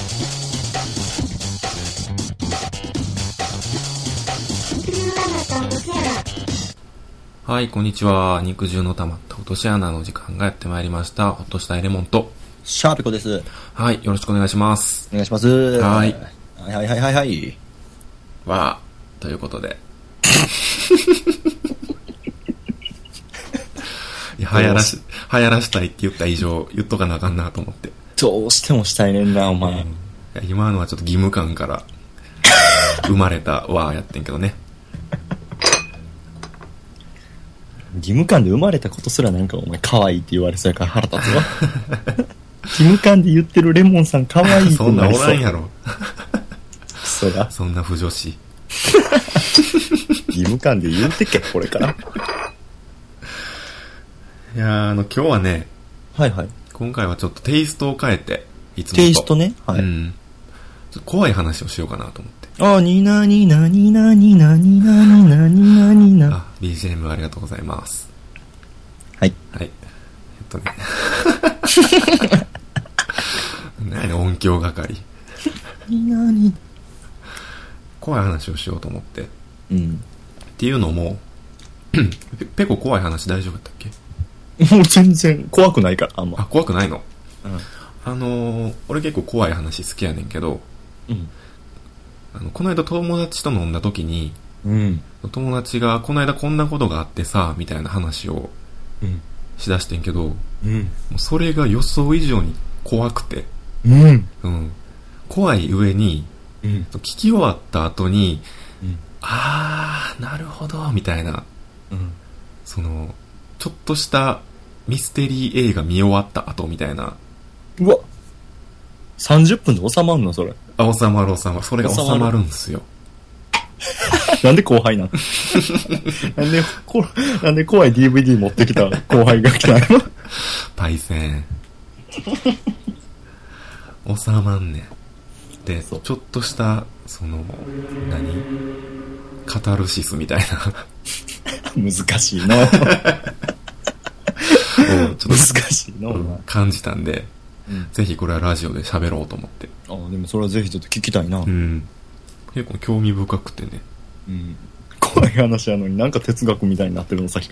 はい、こんにちは。肉汁の溜まった落とし穴の時間がやってまいりました。ほっとしたエレモンとシャーペコです。 はい、よろしくお願いします。 お願いします。 はい。 はい。 わー、ということで。流行らしたいって言った以上、言っとかなあかんなと思って。 どうしてもしたいねんな、お前。 今のはちょっと義務感から生まれたわーやってんけどね。 義務感で生まれたことすらなんかお前可愛いって言われそうやから腹立つわ。義務感で言ってるレモンさん可愛いってそんなおらんやろ。 クソが。 そんな不女子。 義務感で言うてけ、これから。 いや今日はね、 はいはい。 今回はちょっとテイストを変えて、いつもと。 テイストね。はい。 ちょっと怖い話をしようかなと思って。 なにな。 BGM ありがとうございます。 はい。 はい。何音響係。怖い話をしようと思って。 うん。 っていうのも、ペコ怖い話大丈夫だったっけ？ もう全然怖くないから、あんま。 あ、怖くないの？ うん。 俺結構怖い話好きやねんけど、 うん。 この間友達と飲んだ時に、 うん。 友達がこの間こんなことがあってさみたいな話をしだしてんけど、 うん、 もうそれが予想以上に怖くて、怖い上に、聞き終わった後に、あーなるほどみたいな、そのちょっとしたミステリー映画見終わった後みたいな。 うわ30分で収まんのそれ。 あ、収まる。それが収まるんすよ。 なんで後輩なんなんで怖い DVD 持ってきた後輩が来たのパイセン。収まんねん。で、ちょっとした、カタルシスみたいな。 難しいな。 ちょっと難しいな、 感じたんで、ぜひこれはラジオで喋ろうと思って。 あ、でもそれはぜひちょっと聞きたいな。 結構興味深くてね。 怖い話やのになんか哲学みたいになってるのさっきから。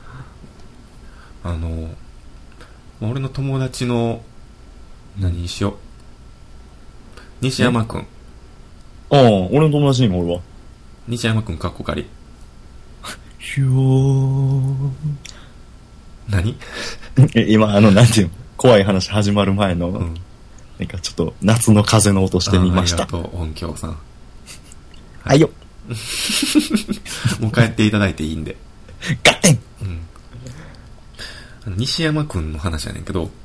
俺の友達の何にしよう、西山くん。 俺の友達にもおるわ。 西山くんかっこかり。 ひょー。 何今なんていうの、怖い話始まる前の、なんかちょっと夏の風の音してみました。 ありがとう音響さん。 はいよ。 もう帰っていただいていいんで。 ガッテン。 西山くんの話やねんけど、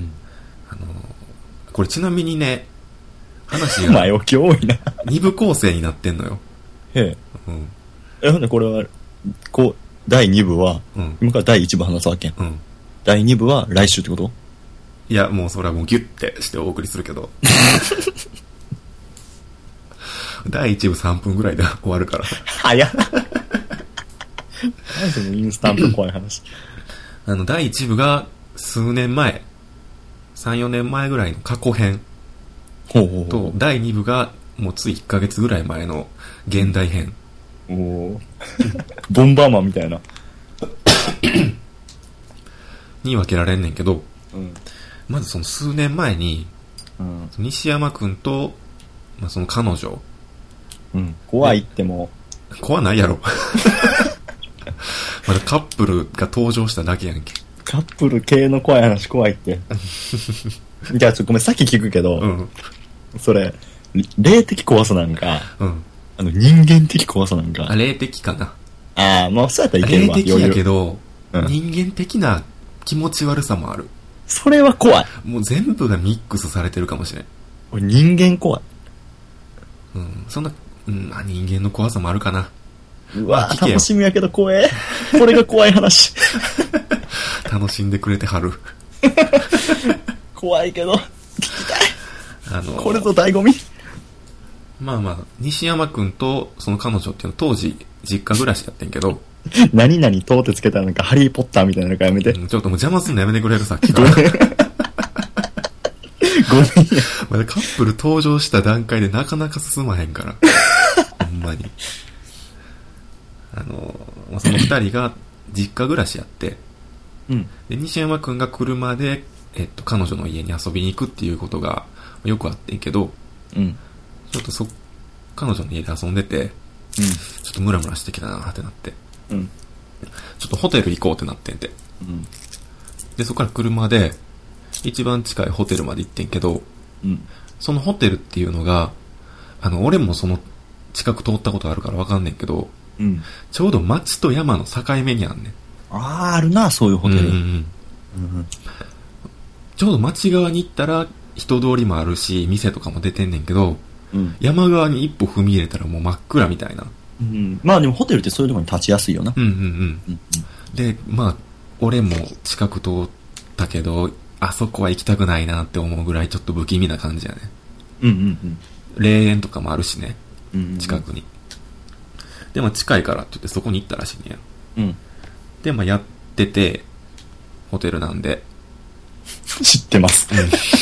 これちなみにね、話が前置き多いな。 2部構成になってんのよ。 へえ。ほんでこれは第2部は、今から第1部話すわけやん。第2部は来週ってこと？ いや、もうそれはもうギュッてしてお送りするけど。第1部3分ぐらいで終わるから。 早っ。何そのインスタント怖い話。 第1部が数年前、3、4年前ぐらいの過去編。と、第2部がもうつい1ヶ月ぐらい前の現代編。 ボンバーマンみたいな。 に分けられんねんけど、まずその数年前に、西山くんと、その彼女、 怖いっても怖ないやろ。まだカップルが登場しただけやんけ。 カップル系の怖い話怖いって。じゃあごめん、さっき聞くけど、それ霊的怖さなんか、人間的怖さなんか。 霊的かな。 まあそうやったらいけるわ。 霊的やけど、人間的な気持ち悪さもある。 それは怖い。 もう全部がミックスされてるかもしれん。 俺人間怖い。 そんな、人間の怖さもあるかな。 うわ、楽しみやけど怖え。これが怖い話。 楽しんでくれてはる。 怖いけど聞きたい。これぞ醍醐味。 まあ西山くんとその彼女っていうの当時実家暮らしやってんけど、 何々とってつけたらなんかハリーポッターみたいなのかやめて。 ちょっともう邪魔すんのやめてくれるさっきから。 ごめんや。 まだカップル登場した段階でなかなか進まへんから。ほんまに。その二人が実家暮らしやって、 うん。 で、西山くんが車で、彼女の家に遊びに行くっていうことがよくあってんけど、 うん。 ちょっと彼女の家で遊んでて、ちょっとムラムラしてきたなってなって、 うん。 ちょっとホテル行こうってなってんて。 うん。 で、そこから車で、一番近いホテルまで行ってんけど、 うん。 そのホテルっていうのが、俺もその近く通ったことあるからわかんねんけど、 うん。 ちょうど街と山の境目にあんねん。 ああ、あるな、そういうホテル。 ちょうど街側に行ったら人通りもあるし、店とかも出てんねんけど、 うん、 山側に一歩踏み入れたらもう真っ暗みたいな。 うん、まあでもホテルってそういうところに立ちやすいよな。 で、まあ、俺も近く通ったけど、あそこは行きたくないなって思うぐらいちょっと不気味な感じやね。霊園とかもあるしね、近くに。で、まあ近いからって言ってそこに行ったらしいねや。で、まあやってて、ホテルなんで。 知ってます。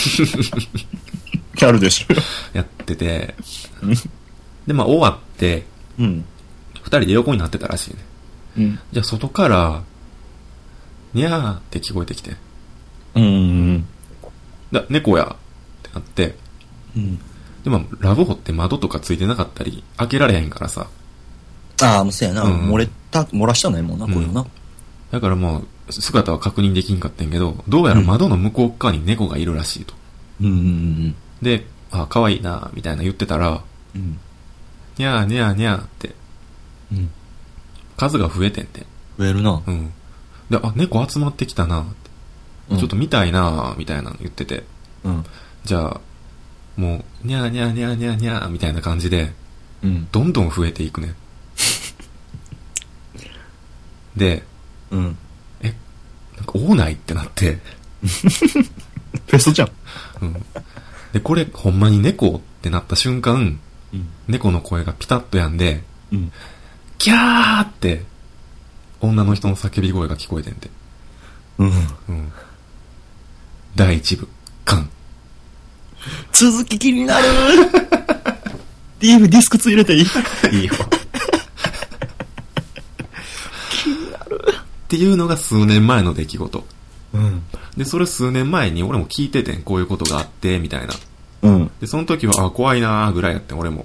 あるでしょ。 やってて。で、まあ終わって、二人で横になってたらしいね。じゃあ外から、にゃーって聞こえてきて。猫やってなって。でも、ラブホって窓とかついてなかったり、開けられへんからさ。 ああ、もうそうやな。漏らしたないもんな、こういうな。 だからもう、姿は確認できんかったんやけど、どうやら窓の向こう側に猫がいるらしいと。で、あ、可愛いな、みたいな言ってたら、にゃーにゃーにゃーって、数が増えてんて。 増えるな。 で、あ、猫集まってきたな、って。ちょっと見たいな、みたいなの言ってて。じゃあ、もう、にゃーにゃーにゃーにゃーにゃーみたいな感じで、どんどん増えていくね。で、なんか多ないってなって。 フェスじゃん。 で、これ、ほんまに猫ってなった瞬間、猫の声がピタッとやんで、キャーって、女の人の叫び声が聞こえてんて。第一部、完。 続き気になる。DF ディスクつ入れていい？ いいよ。 気になる。 っていうのが数年前の出来事。で、それ数年前に俺も聞いててん、こういうことがあって、みたいな。で、その時は、あ、怖いなーぐらいやってん、俺も。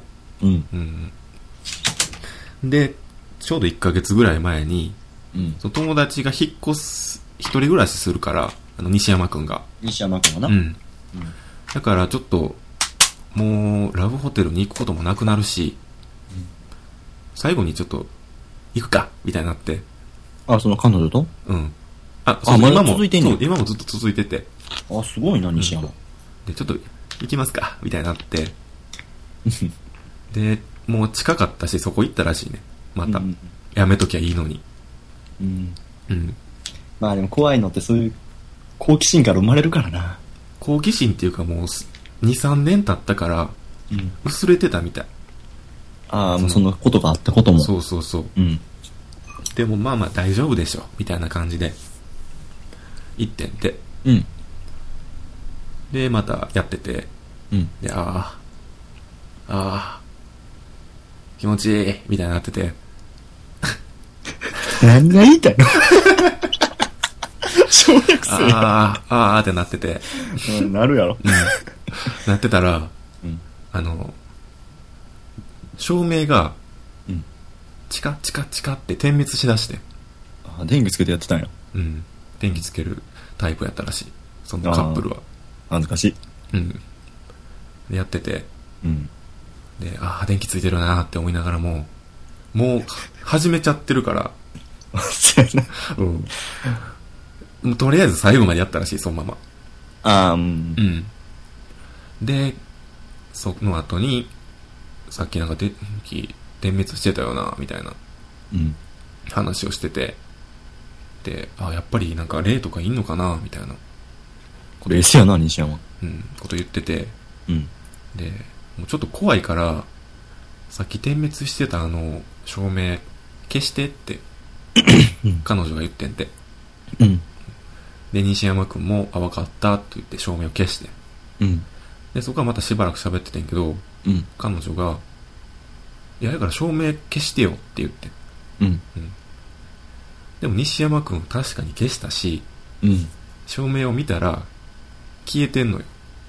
で、ちょうど1ヶ月ぐらい前に、その友達が引っ越す、一人暮らしするから、西山くんが。 西山くんがな。 だからちょっと、もう、ラブホテルに行くこともなくなるし、最後にちょっと、行くかみたいになって。 あ、その彼女と？ あ、 まだ続いてんの？ 今もずっと続いてて。 あ、すごいな、西山。 で、ちょっと、行きますかみたいになって。で、もう近かったし、そこ行ったらしいね。また。やめときゃいいのに。 まあでも怖いのってそういう、好奇心から生まれるからな。 好奇心っていうかもう、2、3年経ったから、薄れてたみたい。 ああ、もうそのことがあったことも。 そうそうそう。でもまあまあ大丈夫でしょ。みたいな感じで、行ってんて。で、またやってて。で、気持ちいい。みたいになってて。 何が言いたいの？小学生。 ってなってて。 なるやろ。 なってたら、照明が、チカチカチカって点滅しだして。 電気つけてやってたんや。 電気つけるタイプやったらしい。そのカップルは。 恥ずかしい。 でやってて。で、電気ついてるなーって思いながらもう始めちゃってるから。 そうやな。 もうとりあえず最後までやったらしい、そのまま。で、その後に、さっきなんか電気点滅してたよな、みたいな。話をしてて。で、やっぱりなんか霊とかいんのかな、みたいな。 冷静やな、西山。 こと言ってて。で、もうちょっと怖いから、さっき点滅してた照明消してって彼女が言ってんて。で、西山くんも、分かったって言って照明を消して。 で、そこはまたしばらく喋っててんけど、彼女が、いや、だから照明消してよって言って。でも西山くん確かに消したし、照明を見たら消えてんのよ。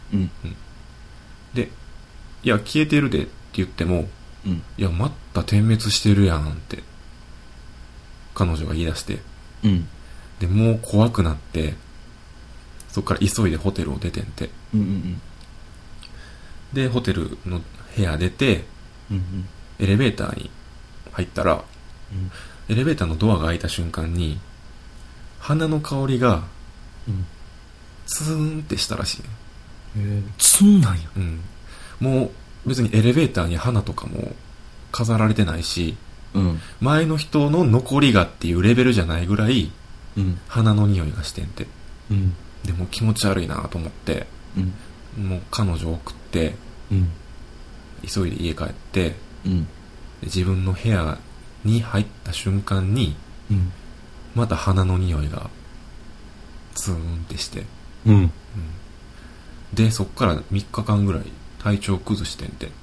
で、いや、消えてるでって言っても、いや、また点滅してるやんって、彼女が言い出して。で、もう怖くなって、そっから急いでホテルを出てんて。で、ホテルの部屋出て、エレベーターに入ったら、エレベーターのドアが開いた瞬間に、花の香りが、ツーンってしたらしいね。 ツーンなんや。 もう別にエレベーターに花とかも飾られてないし、前の人の残りがっていうレベルじゃないぐらい、花の匂いがしてんて。でも気持ち悪いなと思って、もう彼女を送って、急いで家帰って、で自分の部屋に入った瞬間に、また花の匂いがツーンってして、でそっから3日間ぐらい体調崩してんて、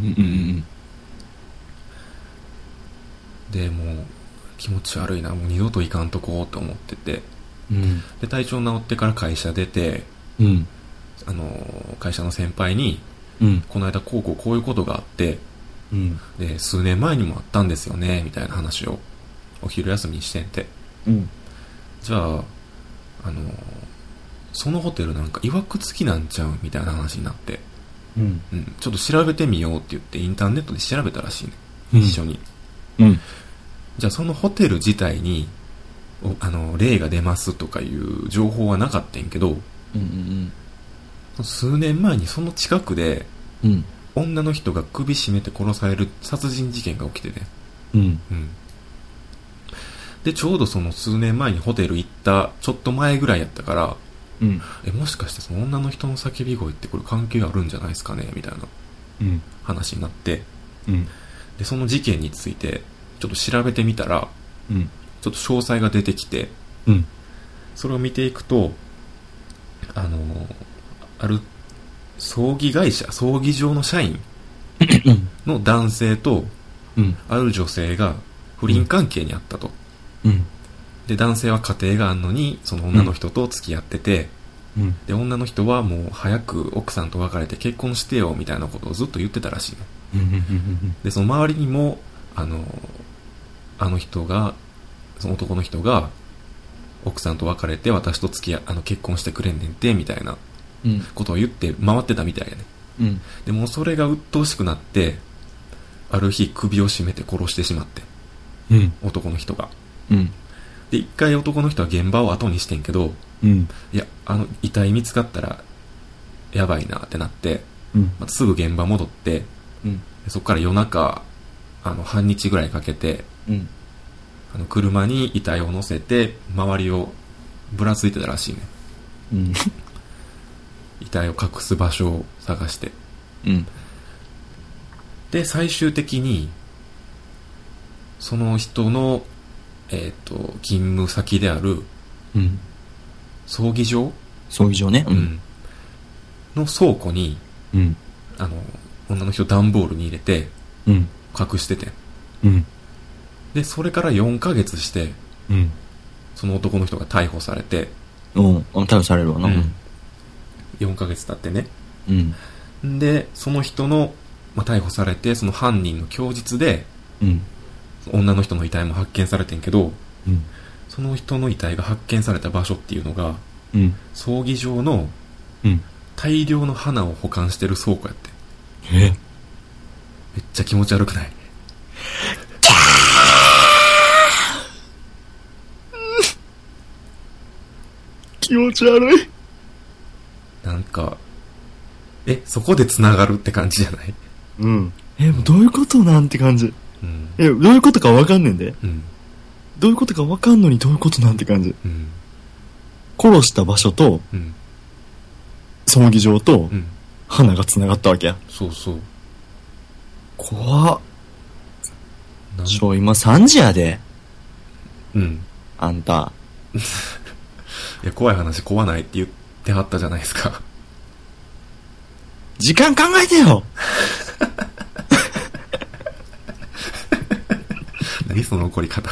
でもう気持ち悪いな、もう二度と行かんとこうと思ってて、で体調治ってから会社出て、会社の先輩に、この間こういうことがあって、で数年前にもあったんですよねみたいな話をお昼休みにしてんて、じゃあそのホテルなんか曰く付きなんちゃうみたいな話になって、ちょっと調べてみようって言ってインターネットで調べたらしいね、一緒に。じゃあそのホテル自体に霊が出ますとかいう情報はなかったんけど、数年前にその近くで、女の人が首絞めて殺される殺人事件が起きてね、でちょうどその数年前にホテル行ったちょっと前ぐらいやったから、もしかしてその女の人の叫び声ってこれ関係あるんじゃないですかねみたいな話になって、でその事件についてちょっと調べてみたら、ちょっと詳細が出てきて、それを見ていくと、ある葬儀場の社員の男性と、ある女性が不倫関係にあったと。で男性は家庭があるのにその女の人と付き合ってて、で女の人はもう早く奥さんと別れて結婚してよみたいなことをずっと言ってたらしいね。でその周りにもあの人が、その男の人が奥さんと別れて私と結婚してくれんねんてみたいなことを言って回ってたみたいやね。でもそれが鬱陶しくなってある日首を絞めて殺してしまって、男の人が。で一回男の人は現場を後にしてんけど、いや遺体見つかったらやばいなってなって、またすぐ現場戻って、そこから夜中半日ぐらいかけて、車に遺体を乗せて周りをぶらついてたらしいね。遺体を隠す場所を探して、で最終的にその人の勤務先である、葬儀場ね、 の倉庫に、女の人段ボールに入れて、隠してて、でそれから4ヶ月して、その男の人が逮捕されて、 逮捕されるわな、 4ヶ月経ってね、でその人の、逮捕されてその犯人の供述で、女の人の遺体も発見されてんけど、その人の遺体が発見された場所っていうのが、葬儀場の大量の花を保管してる倉庫やって。めっちゃ気持ち悪くない？ 気持ち悪い。 なんかそこで繋がるって感じじゃない？ どういうことなんて感じ。どういうことか分かんねんで、どういうことか分かんのにどういうことなんて感じ、殺した場所と、葬儀場と、花がつながったわけや。 そうそう。 怖っ。今3時やで。あんた。 いや怖い話怖ないって言ってはったじゃないですか。 時間考えてよ何その怒り方。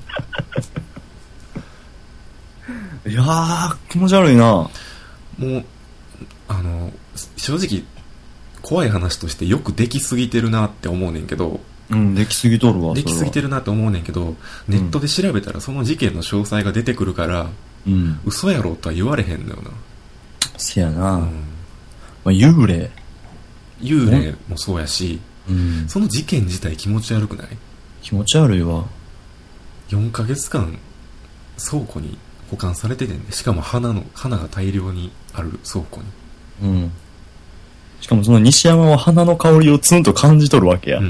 いやー、気持ち悪いな。もう、正直、怖い話としてよくできすぎてるなって思うねんけど、 うん、できすぎとるわ。 できすぎてるなって思うねんけど、ネットで調べたらその事件の詳細が出てくるから、うん、嘘やろとは言われへんのよな。 せやな、うん、まあ、幽霊もそうやし、うん、その事件自体気持ち悪くない？ 気持ち悪いわ。 4ヶ月間倉庫に保管されててんで、しかも花が大量にある倉庫に。 うん。しかもその西山は花の香りをツンと感じとるわけや。うん。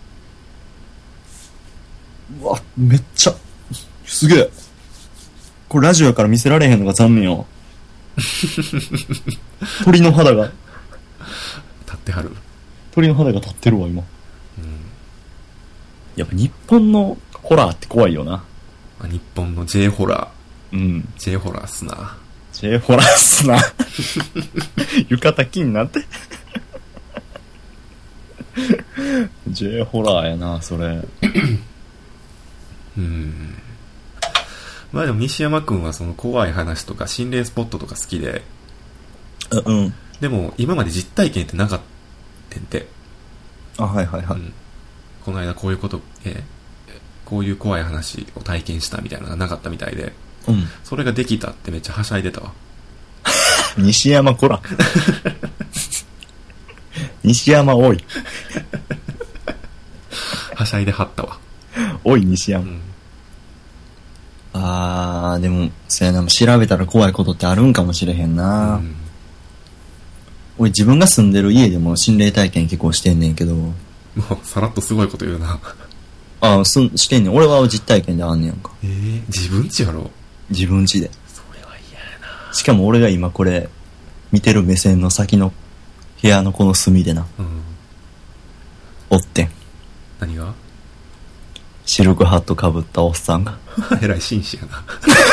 うわ、めっちゃ、すげえ。これラジオやから見せられへんのが残念よ。鳥の肌が。 立ってはる。 鳥の肌が立ってるわ、今。うん。やっぱ日本のホラーって怖いよな。 日本の J ホラー。うん。 J ホラーっすな。 J ホラーっすな。浴衣金になって。J ホラーやな、それ。 まあでも西山くんはその怖い話とか心霊スポットとか好きで。 うん。 でも今まで実体験ってなかったんて。 あ、はいはいはい。 この間こういうこと、こういう怖い話を体験したみたいなのがなかったみたいで。うん。それができたってめっちゃはしゃいでたわ。 西山こら。西山おい。 はしゃいではったわ。 おい西山。でも、そうやな、調べたら怖いことってあるんかもしれへんな。俺自分が住んでる家でも心霊体験結構してんねんけど。もう、さらっとすごいこと言うな。 してんねん。俺は実体験であんねんか。 自分家やろ？ 自分家で。 それは嫌やな。 しかも俺が今これ、見てる目線の先の部屋のこの隅でな。おってん。 何が？ シルクハットかぶったおっさんが。 えらい紳士やな。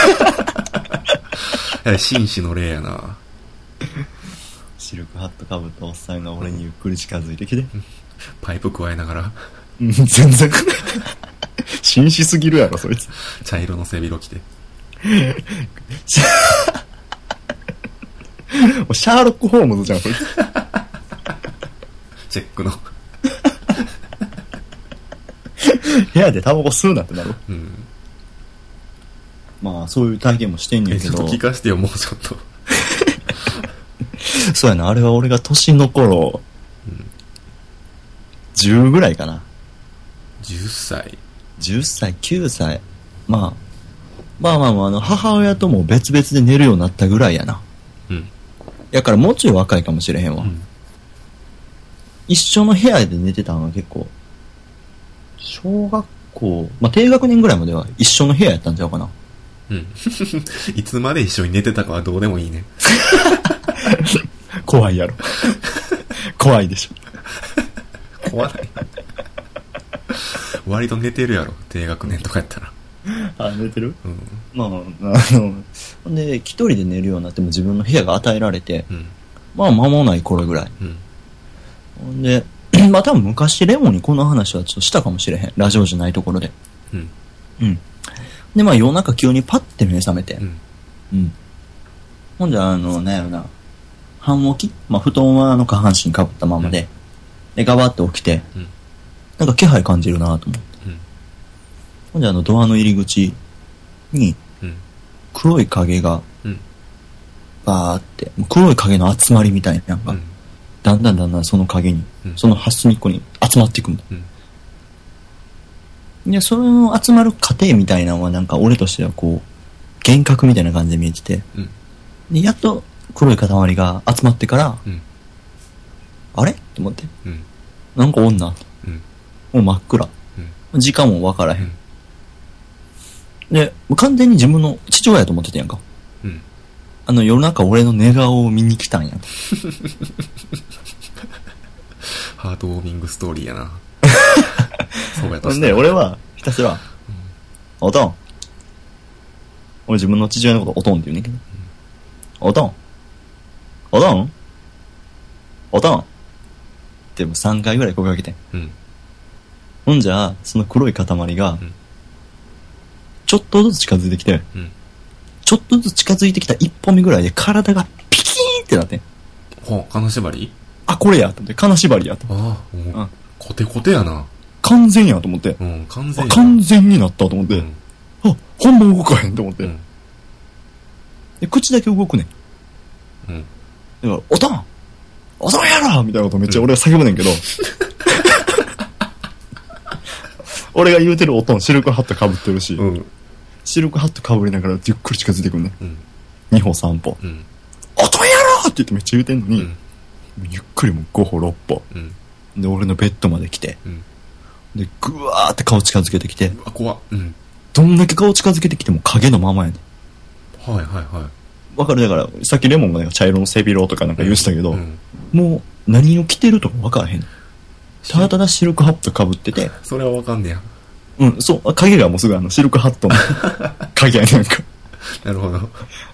えらい紳士の例やな。 シルクハットかぶったおっさんが俺にゆっくり近づいてきて。 パイプ加えながら。 全然。紳士すぎるやろ、そいつ。 茶色の背広着て。 シャーロック・ホームズじゃん、そいつ。 チェックの。 部屋でタバコ吸うなってなる。うん。まあ、そういう体験もしてんねんけど。 ちょっと聞かせてよ、もうちょっと。 そうやな、あれは俺が年の頃、10ぐらいかな。 10歳。 10歳、9歳。まあ、母親とも別々で寝るようになったぐらいやな。うん。やからもうちょい若いかもしれへんわ。うん、一緒の部屋で寝てたのが結構、小学校、低学年ぐらいまでは一緒の部屋やったんちゃうかな。 うん。いつまで一緒に寝てたかはどうでもいいね。 怖いやろ。怖いでしょ。怖ない。割と寝てるやろ、低学年とかやったら。 寝てる？うん。で、一人で寝るようになっても自分の部屋が与えられて、間もない頃ぐらい。で、多分昔レモンにこの話はちょっとしたかもしれへん。ラジオじゃないところで。うん。で、夜中急にパッて目覚めて。ほんじゃ、なんやろな、半起き？布団は下半身かぶったままで、で、ガバって起きて、なんか気配感じるなと思って。ほんじゃ、ドアの入り口に、黒い影が、バーって、黒い影の集まりみたいなのが、だんだんその影に、その端っこに集まっていくんだ。で、その集まる過程みたいなのはなんか俺としてはこう、幻覚みたいな感じで見えてて、で、やっと黒い塊が集まってから、あれって思って、なんか女、もう真っ暗、時間もわからへん。で、完全に自分の父親やと思ってたやんか。夜中俺の寝顔を見に来たんや。 ハートウォーミングストーリーやな。そうやとして。で、俺はひたすら、おとん。俺自分の父親のことおとんって言うねんけど。おとん。おとんおとんっても3回ぐらい声かけてん。 うん。 ほんじゃ、その黒い塊が、 うん、 ちょっとずつ近づいてきて、 うん、 ちょっとずつ近づいてきた一歩目ぐらいで体がピキーンってなってん。 金縛り？ あ、これやと思って、金縛りやと。 ああ、もう、コテコテやな。 完全やと思って。 うん、完全や。 完全になったと思って。あ、本番動かへんと思って。で、口だけ動くねん。だから、おとんやろみたいなことめっちゃ俺が叫ぶねんけど、俺が言うてるおとんシルクハット被ってるし、シルクハット被りながらゆっくり近づいてくんね。2歩3歩。おとんやろって言ってめっちゃ言うてんのに、ゆっくりもう5歩6歩。で、俺のベッドまで来て、で、ぐわーって顔近づけてきて、 怖っ。 どんだけ顔近づけてきても影のままやねん。 はいはいはい。 わかる。だから、さっきレモンがね、茶色の背広とかなんか言ってたけど、もう何を着てるとか分からへん。ただただシルクハット被ってて。 それは分かんねや。 うん、そう、影がもうすぐシルクハットの影やねんか。 なるほど。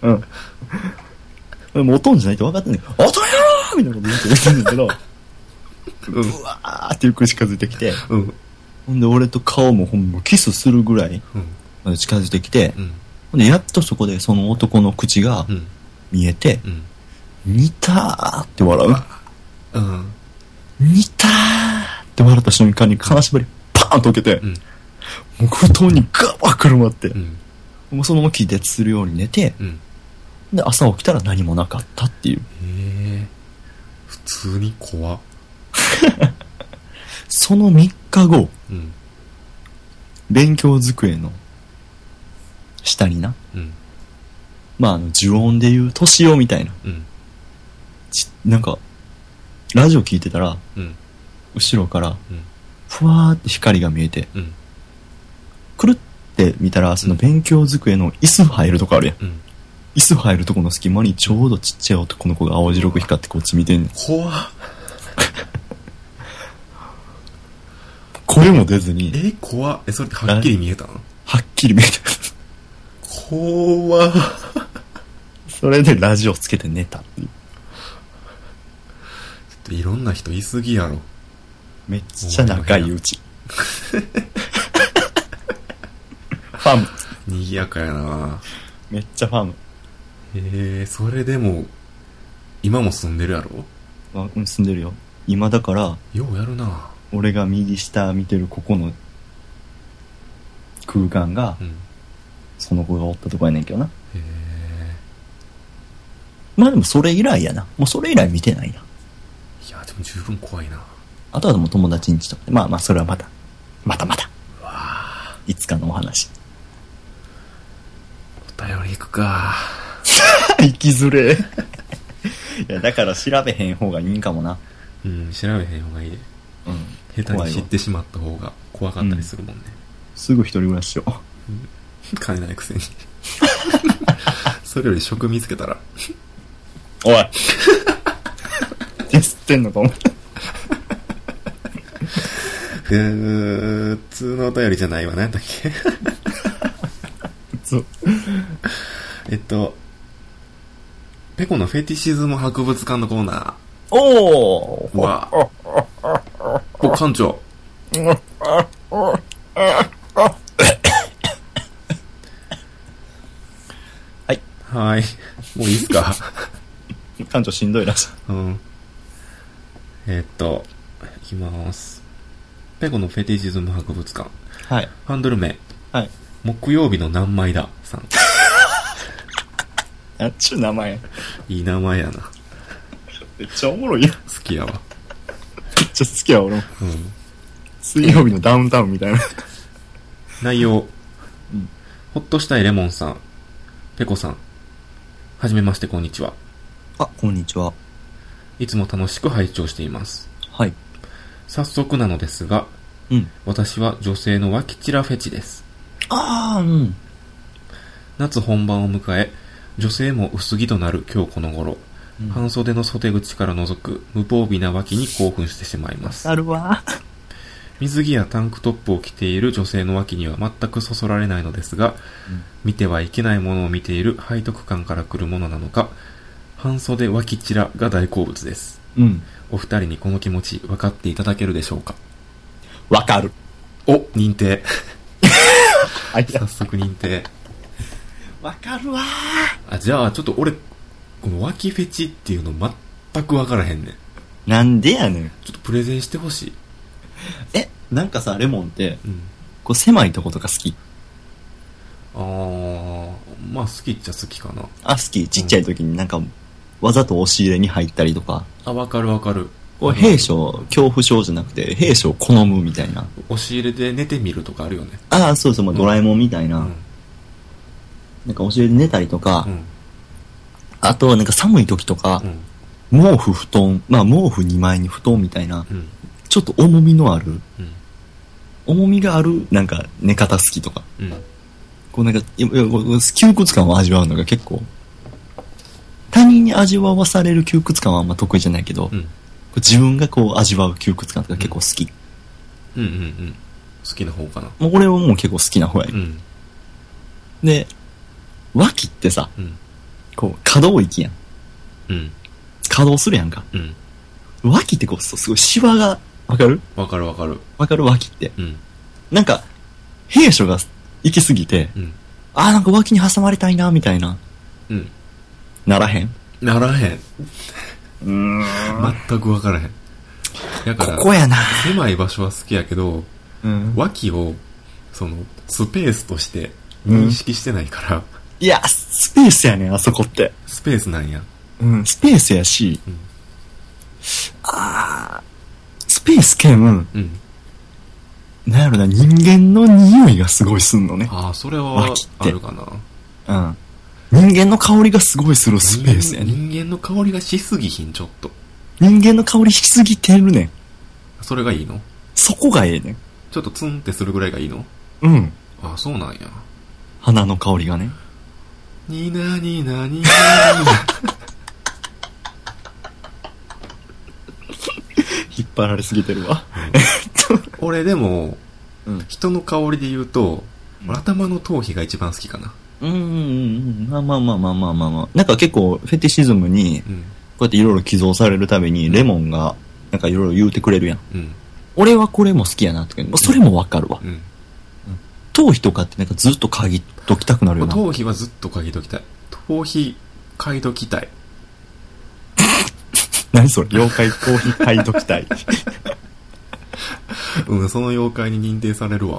でもおとんじゃないと分かってんねん。おとんやろーみたいなこと言ってんねんけど、うわーってゆっくり近づいてきて、ほんで俺と顔もほんまキスするぐらいまで近づいてきて、ほんでやっとそこでその男の口が見えて、似たーって笑う。似たーって笑った瞬間に金縛りパーンと受けて、もう布団にガバくるまって、もうそのまま気絶するように寝て、で朝起きたら何もなかったっていう。 普通に怖っ。 その3日後、勉強机の下にな、まあ呪音でいう年男みたいな、なんかラジオ聞いてたら、後ろから、ふわーって光が見えて、くるって見たらその勉強机の椅子入るとこあるやん、椅子入るとこの隙間にちょうどちっちゃい男の子が青白く光ってこっち見てんねん。 怖っ。 声も出ずに。 怖っ。それってはっきり見えたの？ はっきり見えた。 怖っ。 それでラジオつけて寝たっていう。 ちょっといろんな人いすぎやろ。 めっちゃ仲いいうち。ファム。 賑やかやな。 めっちゃファム。 それでも今も住んでるやろ？ 住んでるよ。今だからようやるな。 俺が右下見てるここの空間が、その子がおったとこやねんけどな。まあでもそれ以来やな。もうそれ以来見てないな。 いやでも十分怖いな。 あとはでも友達ん家とかで、まあそれはまたうわいつかのお話。 お便り行くか。 行きづれ。いやだから調べへん方がいいんかもな。 調べへん方がいいで。下手に知ってしまった方が怖かったりするもんね。すぐ一人暮らしよう。金ないくせに。それより職見つけたら。 おい。ディスってんのかお前。 普通のお便りじゃないわ。何だっけ。 そう。 ペコのフェティシズム博物館のコーナー。 おー。 わ。館長。 はい。 はい。もういいっすか。 館長しんどいらしい。 いきます。ペコのフェティシズム博物館。 はい。 ハンドル名。 はい。 木曜日の何枚ださん。 なんちゅう名前。 いい名前やな。 めっちゃおもろいやん。 好きやわ。 めっちゃ好きや俺も。水曜日のダウンタウンみたいな。 内容。ほっとしたいレモンさん。ペコさん。はじめまして、こんにちは。 あ、こんにちは。 いつも楽しく拝聴しています。 はい。 早速なのですが、私は女性の脇チラフェチです。夏本番を迎え、女性も薄着となる今日この頃、半袖の袖口から覗く無防備な脇に興奮してしまいます。 あるわ。 水着やタンクトップを着ている女性の脇には全くそそられないのですが、見てはいけないものを見ている背徳感から来るものなのか、 半袖脇チラが大好物です。 うん。 お二人にこの気持ち分かっていただけるでしょうか？ わかる。 お、認定。 あい早速認定。 わかるわー。あ、じゃあちょっと俺、この脇フェチっていうの全く分からへんねん。 なんでやねん。 ちょっとプレゼンしてほしい。 なんかさ、レモンって、こう狭いとことか好き？ まあ好きっちゃ好きかな。 好き。ちっちゃい時になんか、わざと押し入れに入ったりとか。 わかるわかる。 こう兵所、恐怖症じゃなくて、兵所を好むみたいな。 押し入れで寝てみるとかあるよね。 そうそう、ドラえもんみたいな。なんか押し入れで寝たりとか、あと、なんか寒い時とか、毛布、布団、毛布2枚に布団みたいな、ちょっと重みのある、重みがある、なんか寝方好きとか。こうなんか、窮屈感を味わうのが結構、他人に味わわされる窮屈感はあんま得意じゃないけど、自分がこう味わう窮屈感とか結構好き。 好きな方かな。 もう俺はもう結構好きな方や。で、脇ってさ、こう可動域やん。可動するやんか。脇ってこう、すごいシワが、わかる？ わかるわかる。 わかる脇って。なんか、兵所が行き過ぎて、なんか脇に挟まれたいな、みたいな。ならへん？ ならへん。全くわからへん。だから、 ここやな。 狭い場所は好きやけど、脇を、その、スペースとして認識してないから。 いや、スペースやねん、あそこって。 スペースなんや。 スペースやし、スペース兼、なんやろな、人間の匂いがすごいすんのね。 それはあるかな。 人間の香りがすごいするスペースやね。 人間の香りがしすぎひん、ちょっと。 人間の香りしすぎてるねん。 それがいいの？ そこがええねん。 ちょっとツンってするぐらいがいいの？そうなんや。 花の香りがね。 になになにな引っ張られすぎてるわ。 俺でも、人の香りで言うと、頭の頭皮が一番好きかな。 まあ。なんか結構フェティシズムに、こうやっていろいろ寄贈されるたびに、レモンが、なんかいろいろ言うてくれるやん。俺はこれも好きやなって、それもわかるわ。頭皮とかってなんかずっと嗅ぎときたくなるよな。 頭皮はずっと嗅ぎときたい。頭皮嗅いときたい。 何それ？妖怪頭皮嗅いときたい。 その妖怪に認定されるわ。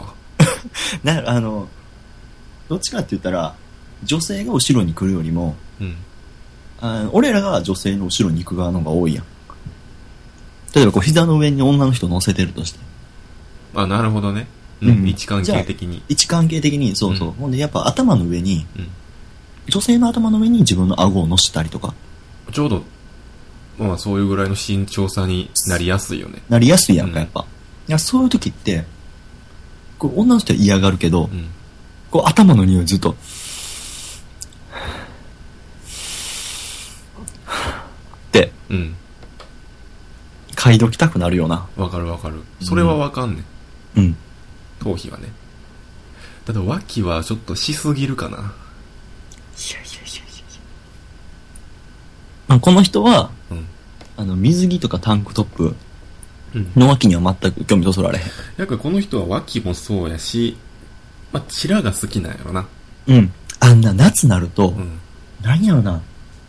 どっちかって言ったら、女性が後ろに来るよりも、俺らが女性の後ろに行く側の方が多いやん。例えばこう膝の上に女の人乗せてるとして。 なるほどね。位置関係的に。 位置関係的に、そうそう。ほんでやっぱ頭の上に、女性の頭の上に自分の顎を乗せたりとか。 ちょうど、そういうぐらいの身長差になりやすいよね。 なりやすいやんか、やっぱ。いや、そういう時って、こう女の人は嫌がるけど、こう頭の匂いずっと、って、嗅いどきたくなるよな。 わかるわかる。それはわかんねん。頭皮はね。ただ脇はちょっとしすぎるかな。 この人は、水着とかタンクトップの脇には全く興味そそられへん。 やっぱこの人は脇もそうやし、チラが好きなんやろな。 夏なると、何やろな。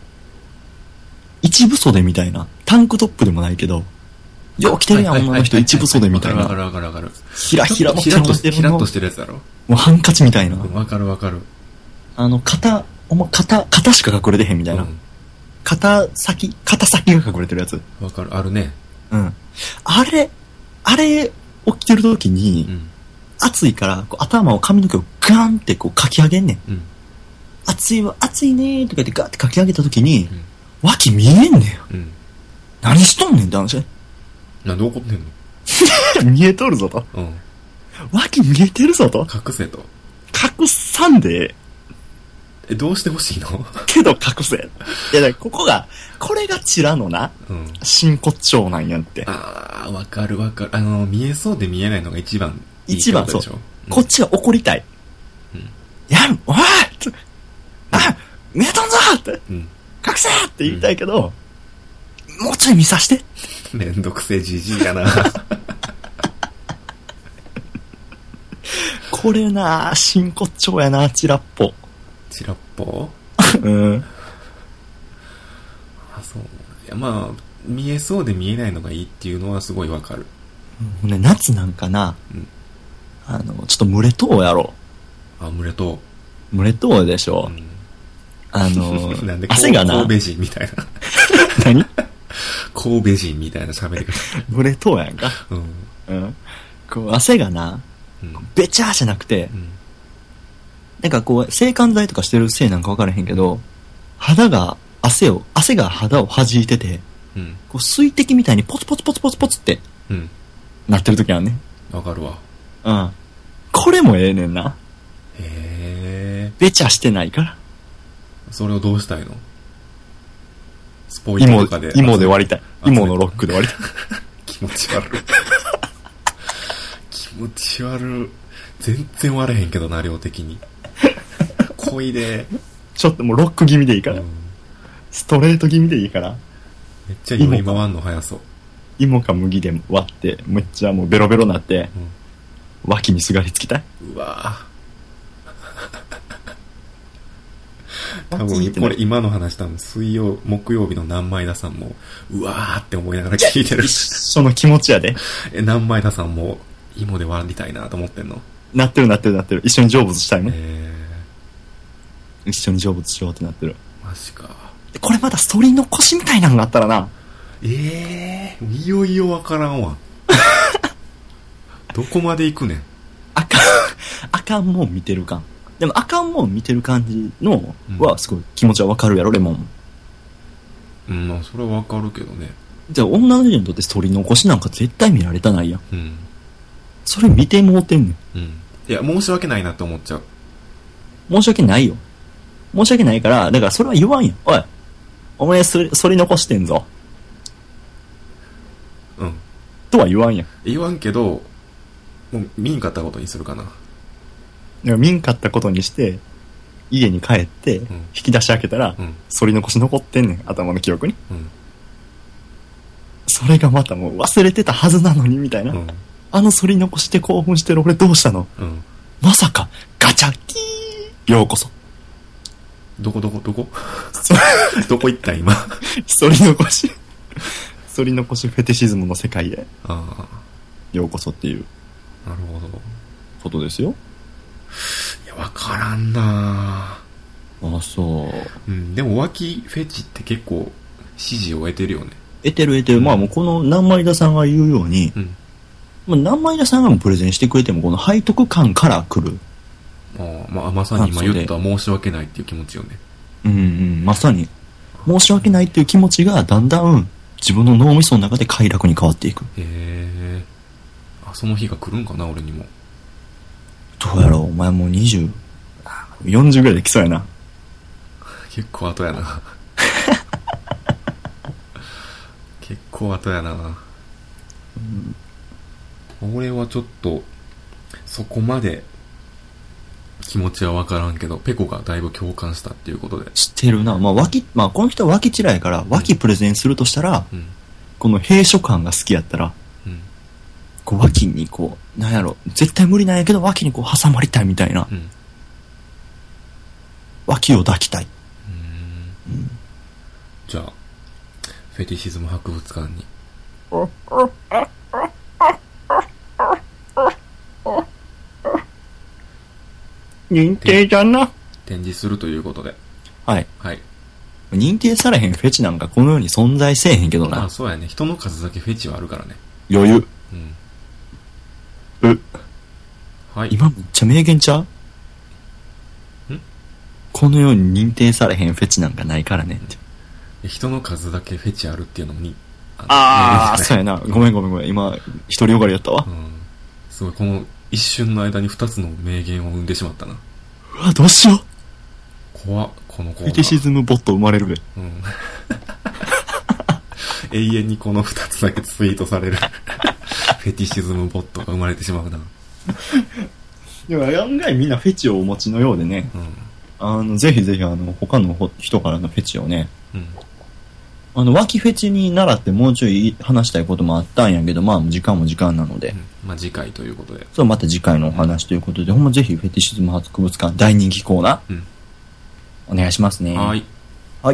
一部袖みたいな。タンクトップでもないけど、よう着てるやん、女の人、一部袖みたいな。 わかる。 ひらひらもひらっとしてるやつだろ。 もうハンカチみたいな。 わかる。 肩しか隠れてへんみたいな。肩先が隠れてるやつ。 わかる、あるね。 あれ起きてる時に、暑いから、こう頭を髪の毛をガーンってこうかき上げんねん。暑いねーとか言ってガーってかき上げた時に、脇見えんねん。何しとんねんって話。 なんで怒ってんの？見えとるぞと。脇見えてるぞと。 隠せと。 隠さんで。 どうしてほしいの？ けど隠せ。いや、だからこれがチラのな、真骨頂なんやって。 わかる。見えそうで見えないのが一番いい。 そう。こっちが怒りたい。おい見えとんぞって。 隠せって言いたいけど、もうちょい見さして。 めんどくせえじじいやな。 これな、真骨頂やな、チラッポ。 チラッポうん。 あ、そう。いや、まあ、見えそうで見えないのがいいっていうのはすごいわかる。 ね、夏なんかな、うん、ちょっと群れとうやろ。 あ、群れとう。群れとうでしょ。うん、 なんで汗がな。 神戸人みたいな。 何神戸人みたいな喋り方。 群れとうやんか。うん。うん。こう、汗がな、うん、べちゃーじゃなくて、うん、なんかこう、制汗剤とかしてるせいなんか分からへんけど、汗が肌を弾いてて、うん、こう水滴みたいにポツポツポツポツポツって、うん、なってる時はね。 わかるわ。 うん。これもええねんな。 へー。 べちゃしてないから。 それをどうしたいの？スポイトとかで。 芋で割りたい。芋のロックで割りたい。 気持ち悪い。気持ち悪い。全然割れへんけどな、量的に。濃いで。 ちょっともうロック気味でいいから。うん、ストレート気味でいいから。 めっちゃ今回んの早そう。 芋か麦で割って、めっちゃもうベロベロなって、うん、脇にすがりつきたい。 うわぁ。多分これ今の話多分木曜日の何枚田さんもうわーって思いながら聞いてる。 その気持ちやで。 何枚田さんも芋で割りたいなと思ってんの？ なってる。一緒に成仏したいもん。一緒に成仏しようってなってる。 マジか。 これまたストーリーの腰みたいなのがあったらな。 いよいよわからんわ。どこまで行くねん。 あかんもん見てるかん。でもあかんもん見てる感じのはすごい気持ちはわかるやろ、レモン。 うん、まあそれはわかるけどね。 じゃあ女の人にとってストーリーの腰なんか絶対見られたないやん。うん。それ見てもうてんねん。 うん。いや、申し訳ないなって思っちゃう。 申し訳ないよ。申し訳ないから、だからそれは言わんやん。おい、お前それ残してんぞ。 うん。 とは言わんやん。 言わんけど、もう見んかったことにするかな。 見んかったことにして家に帰って引き出し開けたら、うん、反り残し残ってんねん、頭の記憶に、うん、それがまたもう忘れてたはずなのにみたいな、うん、あの反り残して興奮してる俺どうしたの、うん、まさかガチャキーようこそ。 どこどこ行った今。 反り残しフェティシズムの世界へようこそっていう、 なるほどことですよ。 いや、わからんなぁ。あ、そう。 うん、でも脇フェチって結構支持を得てるよね。 得てる。うん、まあもうこの南前田さんが言うように、うん、まあ、南前田さんがもプレゼンしてくれてもこの背徳感から来る。 まあ、まさに今言った申し訳ないっていう気持ちよね。 まさに。申し訳ないっていう気持ちがだんだん自分の脳みその中で快楽に変わっていく。 へえ。その日が来るんかな、俺にも。 どうやろう、お前もう40ぐらいで来そうやな。 結構後やな。結構後やな、うん、俺はちょっとそこまで気持ちは分からんけど、ペコがだいぶ共感したっていうことで。 知ってるな。まあこの人は脇ちらやから脇プレゼンするとしたら、うん、この閉所感が好きやったら、うん、こう脇にこうなんやろ、絶対無理なんやけど脇にこう挟まりたいみたいな、うん、脇を抱きたい。 うん、じゃあフェティシズム博物館に。 認定じゃな。 展示するということで。 はい。 はい。 認定されへんフェチなんかこの世に存在せえへんけどな。 あ、そうやね。人の数だけフェチはあるからね。 余裕。はい。今めっちゃ名言ちゃう？この世に認定されへんフェチなんかないからねって。 人の数だけフェチあるっていうのに。 そうやな。ごめん。今、独りよがりやったわ。 すごい、この一瞬の間に2つの名言を生んでしまったな。 うわ、どうしよう。 怖っ、この子。 フェティシズムボット生まれるで。 永遠にこの2つだけツイートされる。フェティシズムボットが生まれてしまうな。 でも案外みんなフェチをお持ちのようでね。 ぜひぜひ他の人からのフェチをね、脇フェチに習ってもうちょい話したいこともあったんやけど、まあ時間も時間なので。 まあ次回ということで。 そう、また次回のお話ということで、ほんまぜひフェティシズム博物館大人気コーナー、お願いしますね。 はい。 はい。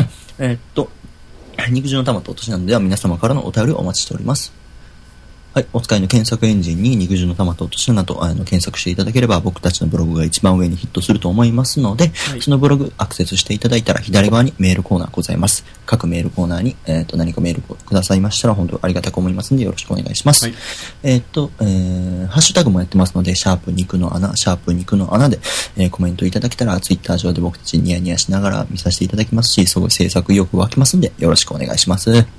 肉汁の玉とお年なのでは皆様からのお便りをお待ちしております。はい。お使いの検索エンジンに肉汁の玉と落とし穴と検索していただければ僕たちのブログが一番上にヒットすると思いますので、はい、そのブログアクセスしていただいたら左側にメールコーナーございます。各メールコーナーに、何かメールくださいましたら本当ありがたく思いますのでよろしくお願いします。はい、ハッシュタグもやってますので、シャープ肉の穴、シャープ肉の穴で、コメントいただけたらツイッター上で僕たちニヤニヤしながら見させていただきますし、すごい制作意欲湧きますんでよろしくお願いします。はい。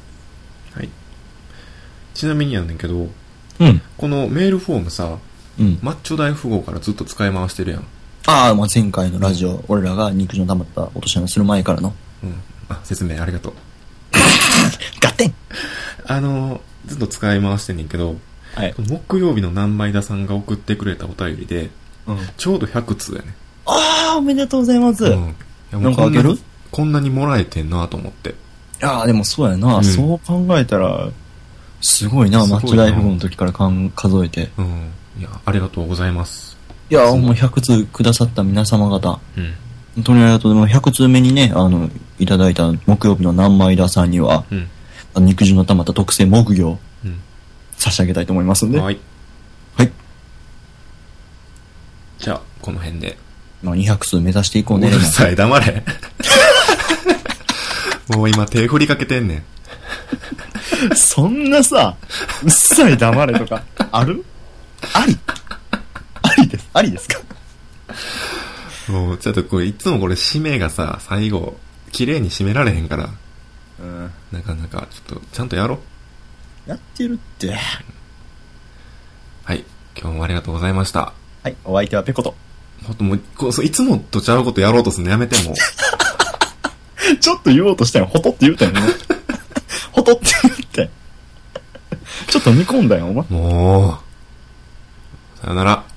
ちなみにやねんけど、このメールフォームさ、マッチョ大富豪からずっと使い回してるやん。 ああ、まあ、前回のラジオ、俺らが肉汁の溜まった落とし穴する前からの。 説明ありがとう。 ガッテンずっと使い回してんねんけど、はい、木曜日の何枚田さんが送ってくれたお便りで、ちょうど100通やね。 ああ、おめでとうございます。なんかあげる？ こんなにもらえてんなと思って。 ああ、でもそうやな。そう考えたら、すごいな、マッチ大富豪の時から数えて。 いや、ありがとうございます。 いや、もう100通くださった皆様方。本当にありがとう。でも100通目にね、いただいた木曜日の何枚田さんには、肉汁の溜まった特製木魚、差し上げたいと思いますんで。はい。はい。 じゃあ、この辺で。 まあ、200通目指していこうね。 うるさい、黙れ。もう今手振りかけてんねん。 そんなさ、うっさい黙れとか、ある？ありですか？ もう、ちょっとこれ、いつもこれ締めがさ、最後、綺麗に締められへんから。なかなか、ちょっと、ちゃんとやろう。やってるって。 はい。今日もありがとうございました。 はい。お相手はペコと。 もう、いつもとちゃうことやろうとするのやめても。 ちょっと言おうとしたよ。ほとって言うたよね。ほとって言って。ちょっと煮込んだよ、お前。 もう。さよなら。